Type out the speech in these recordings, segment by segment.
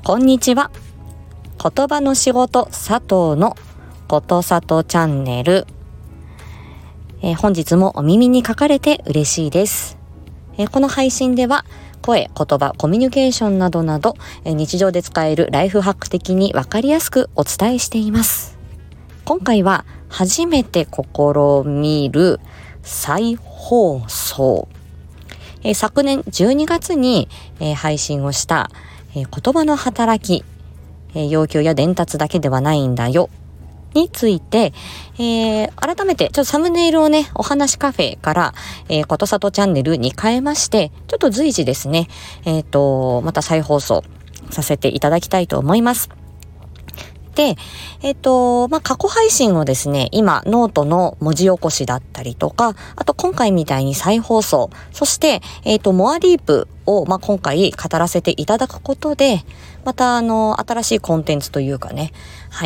こんにちは。言葉の仕事佐藤のことさとチャンネル、本日もお耳に書かれて嬉しいです。この配信では声、言葉、コミュニケーションなどなど、日常で使えるライフハック的にわかりやすくお伝えしています。今回は初めて試みる再放送、昨年12月に、配信をした、言葉の働き、要求や伝達だけではないんだよについて、改めてちょっとサムネイルをね、お話カフェから、ことさとチャンネルに変えまして、ちょっと随時ですね、また再放送させていただきたいと思います。で、過去配信をですね、今、ノートの文字起こしだったりとか、あと今回みたいに再放送、そして、モアディープを、今回語らせていただくことで、また、新しいコンテンツというかね、はい、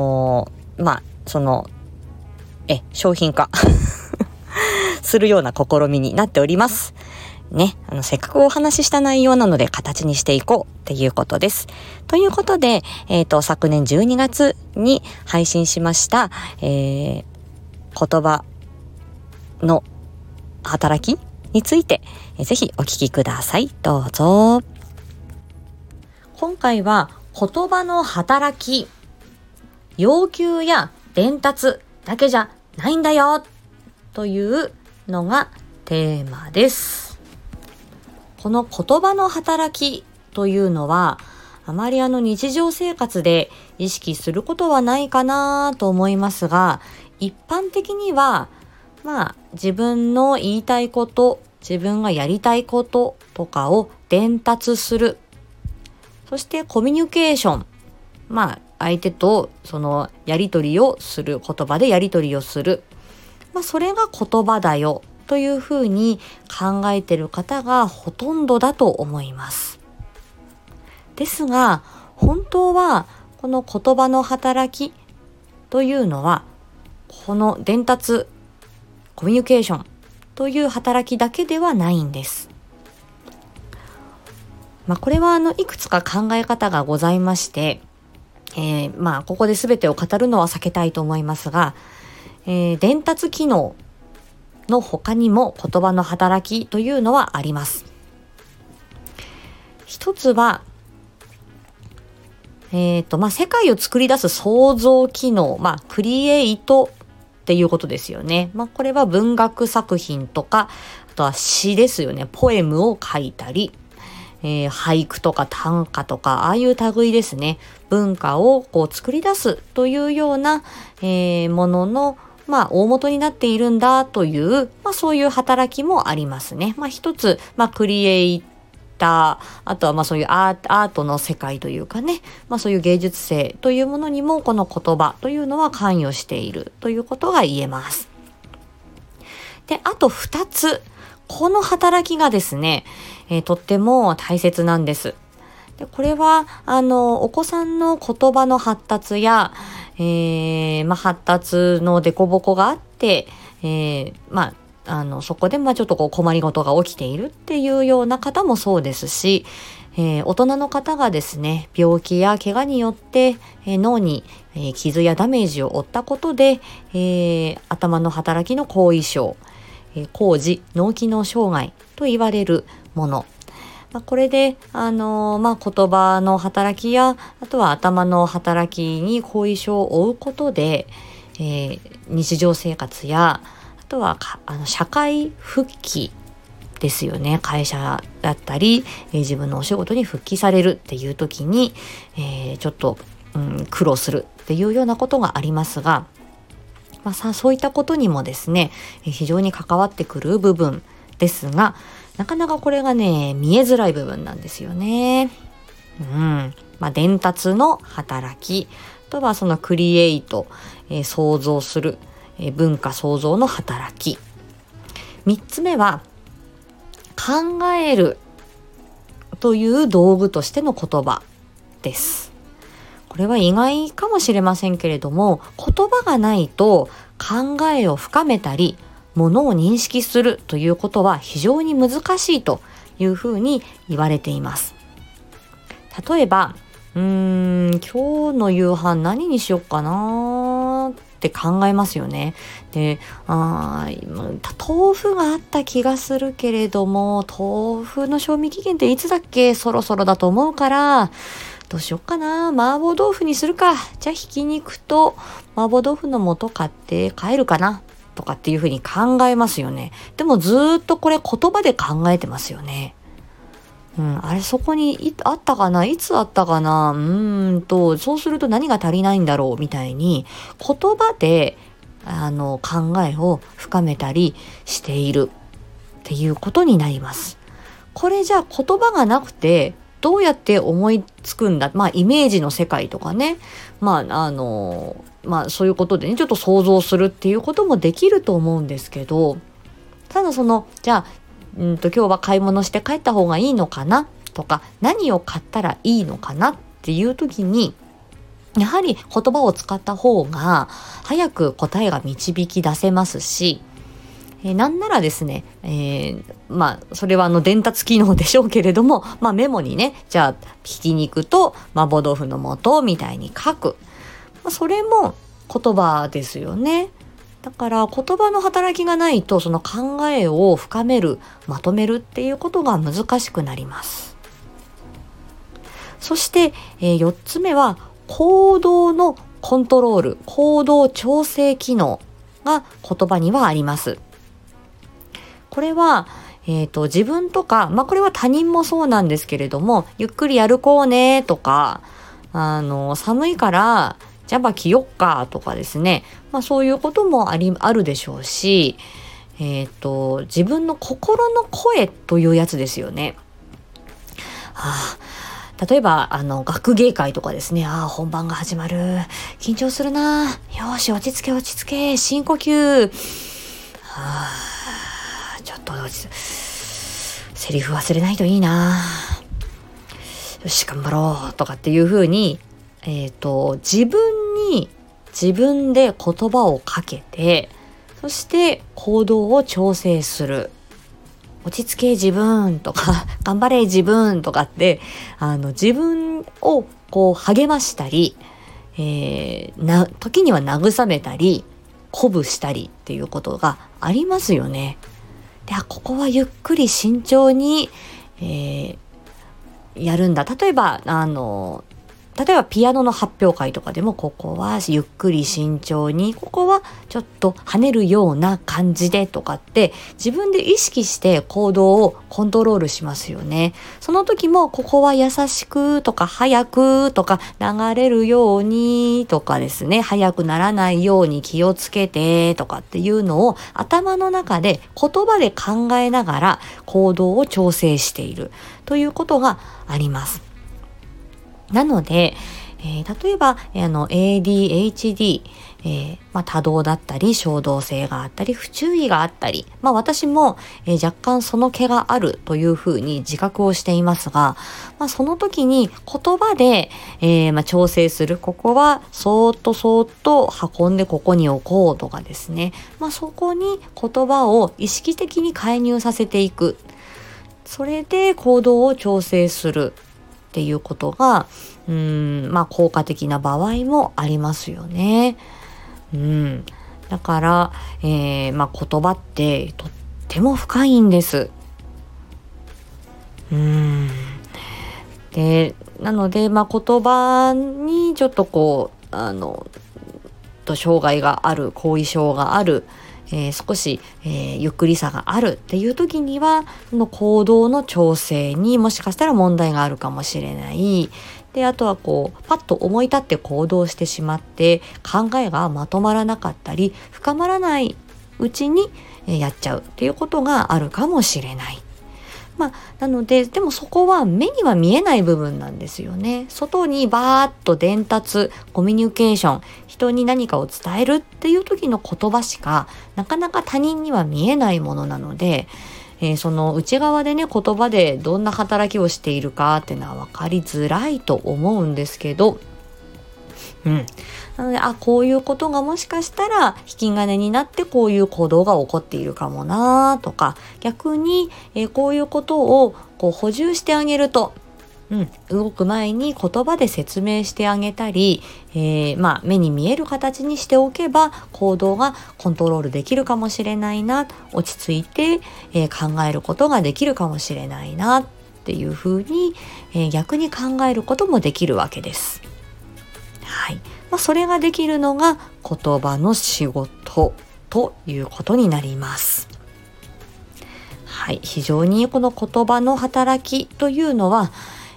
商品化するような試みになっております。ね、せっかくお話しした内容なので形にしていこうっていうことです。ということで、昨年12月に配信しました、言葉の働きについて、ぜひお聞きください。どうぞ。今回は言葉の働き、要求や伝達だけじゃないんだよというのがテーマです。この言葉の働きというのは、あまり日常生活で意識することはないかなと思いますが、一般的には、自分の言いたいこと、自分がやりたいこととかを伝達する。そしてコミュニケーション。相手とそのやり取りをする。言葉でやり取りをする。それが言葉だよ。というふうに考えている方がほとんどだと思います。ですが、本当はこの言葉の働きというのは、この伝達、コミュニケーションという働きだけではないんです。これはいくつか考え方がございまして、ここで全てを語るのは避けたいと思いますが、伝達機能の他にも言葉の働きというのはあります。一つは、世界を作り出す創造機能、クリエイトっていうことですよね。これは文学作品とか、あとは詩ですよね。ポエムを書いたり、俳句とか短歌とか、ああいう類ですね。文化を作り出すというような、ものの大元になっているんだという、そういう働きもありますね。一つ、クリエイター、あとはそういうアートの世界というかね、そういう芸術性というものにもこの言葉というのは関与しているということが言えます。で、あと2つ、この働きがですね、とっても大切なんです。で、これはお子さんの言葉の発達や発達の凸凹があって、そこでちょっと困りごとが起きているっていうような方もそうですし、大人の方がですね、病気や怪我によって、脳に、傷やダメージを負ったことで、頭の働きの後遺症、高次脳機能障害と言われるもの。これで、言葉の働きや、あとは頭の働きに後遺症を負うことで、日常生活や、あとは社会復帰ですよね。会社だったり、自分のお仕事に復帰されるっていう時に、ちょっと、苦労するっていうようなことがありますが、そういったことにもですね、非常に関わってくる部分ですが、なかなかこれがね、見えづらい部分なんですよね。伝達の働き、あとはそのクリエイト、創造する、文化創造の働き。3つ目は、考えるという道具としての言葉です。これは意外かもしれませんけれども、言葉がないと考えを深めたり、ものを認識するということは非常に難しいというふうに言われています。例えば、 今日の夕飯何にしよっかなって考えますよね。で、豆腐があった気がするけれども、豆腐の賞味期限っていつだっけ？そろそろだと思うから、どうしよっかな。麻婆豆腐にするか。じゃあひき肉と麻婆豆腐の素買って帰るかな。とかっていうふうに考えますよね。でもずーっとこれ言葉で考えてますよね。あれそこにあったかな、いつあったかな、そうすると何が足りないんだろうみたいに言葉で考えを深めたりしているっていうことになります。これじゃあ言葉がなくてどうやって思いつくんだ、イメージの世界とかね、そういうことでね、ちょっと想像するっていうこともできると思うんですけど、ただじゃあ今日は買い物して帰った方がいいのかなとか、何を買ったらいいのかなっていう時に、やはり言葉を使った方が早く答えが導き出せますし、なんならですね、それは伝達機能でしょうけれども、メモにね、じゃあひき肉と麻婆豆腐の素みたいに書く、それも言葉ですよね。だから言葉の働きがないと、その考えを深める、まとめるっていうことが難しくなります。そして、4つ目は行動のコントロール、行動調整機能が言葉にはあります。これは、自分とか、これは他人もそうなんですけれども、ゆっくり歩こうねとか、寒いからジャバ着よっかとかですね、そういうこともあるでしょうし、自分の心の声というやつですよね。例えば学芸会とかですね、本番が始まる、緊張するな、よし落ち着け、深呼吸、ちょっとセリフ忘れないといいな、よし頑張ろうとかっていう風に自分で言葉をかけて、そして行動を調整する。落ち着け自分とか頑張れ自分とかって自分をこう励ましたり、時には慰めたり鼓舞したりっていうことがありますよね。で、ここはゆっくり慎重に、やるんだ。例えばピアノの発表会とかでも、ここはゆっくり慎重に、ここはちょっと跳ねるような感じでとかって自分で意識して行動をコントロールしますよね。その時もここは優しくとか早くとか流れるようにとかですね、早くならないように気をつけてとかっていうのを頭の中で言葉で考えながら行動を調整しているということがあります。なので、例えばADHD、多動だったり衝動性があったり不注意があったり、私も、若干その気があるというふうに自覚をしていますが、その時に言葉で、調整する、ここはそーっと運んでここに置こうとかですね、そこに言葉を意識的に介入させていく、それで行動を調整するっていうことが効果的な場合もありますよね。だから、言葉ってとっても深いんです。で、なので言葉にちょっと障害がある、後遺症がある、少し、ゆっくりさがあるっていう時には、その行動の調整にもしかしたら問題があるかもしれない。で、あとはパッと思い立って行動してしまって考えがまとまらなかったり深まらないうちにやっちゃうっていうことがあるかもしれない。なので、でもそこは目には見えない部分なんですよね。外にバーッと伝達、コミュニケーション、人に何かを伝えるっていう時の言葉しかなかなか他人には見えないものなので、その内側でね、言葉でどんな働きをしているかっていうのは分かりづらいと思うんですけど、なので、こういうことがもしかしたら引き金になってこういう行動が起こっているかもなとか、逆に、こういうことを補充してあげると動く前に言葉で説明してあげたり、目に見える形にしておけば行動がコントロールできるかもしれないな、落ち着いて、考えることができるかもしれないなっていうふうに、逆に考えることもできるわけです。はい。それができるのが言葉の仕事ということになります。はい。非常にこの言葉の働きというのは、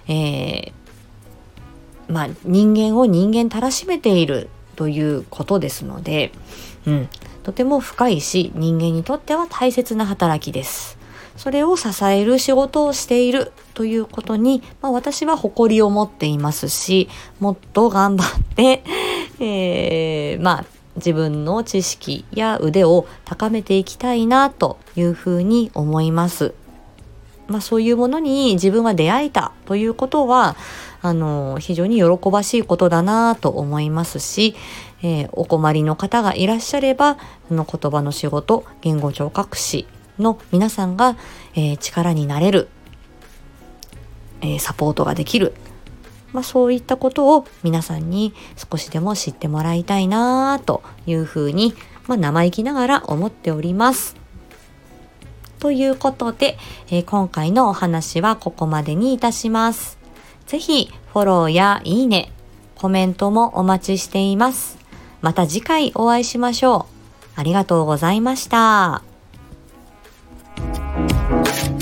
人間を人間たらしめているということですので、とても深いし、人間にとっては大切な働きです。それを支える仕事をしているということに、私は誇りを持っていますし、もっと頑張って、自分の知識や腕を高めていきたいなというふうに思います。そういうものに自分が出会えたということは、非常に喜ばしいことだなと思いますし、お困りの方がいらっしゃれば、言葉の仕事、言語聴覚士の皆さんが、力になれる、サポートができる、そういったことを皆さんに少しでも知ってもらいたいなというふうに、生意気ながら思っております。ということで、今回のお話はここまでにいたします。ぜひフォローやいいね、コメントもお待ちしています。また次回お会いしましょう。ありがとうございました。